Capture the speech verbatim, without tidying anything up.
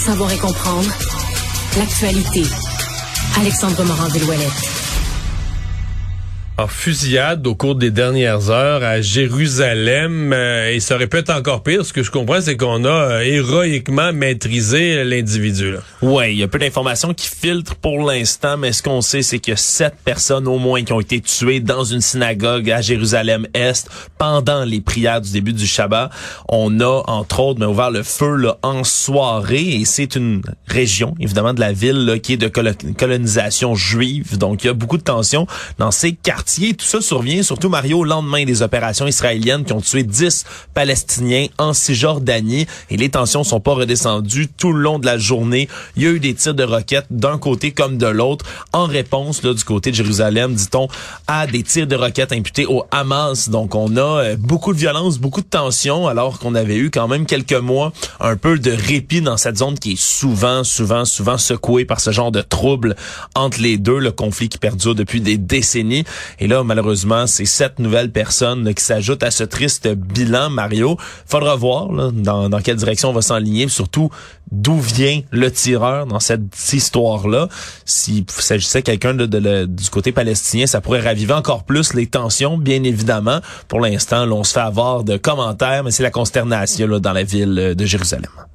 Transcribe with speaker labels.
Speaker 1: savoir et comprendre l'actualité. Alexandre Morin-Villouellette.
Speaker 2: En fusillade au cours des dernières heures à Jérusalem, euh, et ça aurait pu être encore pire. Ce que je comprends, c'est qu'on a euh, héroïquement maîtrisé l'individu.
Speaker 3: Oui, il y a peu d'informations qui filtrent pour l'instant, mais ce qu'on sait, c'est qu'il y a sept personnes au moins qui ont été tuées dans une synagogue à Jérusalem-Est pendant les prières du début du Shabbat. On a, entre autres, mais ouvert le feu là, en soirée, et c'est une région, évidemment, de la ville là, qui est de colonisation juive. Donc, il y a beaucoup de tensions dans ces quartiers. Tout ça survient, surtout Mario, au lendemain des opérations israéliennes qui ont tué dix Palestiniens en Cisjordanie, et les tensions sont pas redescendues tout le long de la journée. Il y a eu des tirs de roquettes d'un côté comme de l'autre, en réponse là du côté de Jérusalem, dit-on, à des tirs de roquettes imputés au Hamas. Donc on a euh, beaucoup de violence, beaucoup de tensions, alors qu'on avait eu quand même quelques mois un peu de répit dans cette zone qui est souvent, souvent, souvent secouée par ce genre de troubles entre les deux, le conflit qui perdure depuis des décennies. Et là, malheureusement, c'est sept nouvelles personnes là, qui s'ajoutent à ce triste bilan, Mario. Faudra voir là, dans, dans quelle direction on va s'enligner, surtout d'où vient le tireur dans cette histoire-là. S'il s'agissait de quelqu'un de, de, de, du côté palestinien, ça pourrait raviver encore plus les tensions, bien évidemment. Pour l'instant, là, on se fait avoir de commentaires, mais c'est la consternation là, dans la ville de Jérusalem.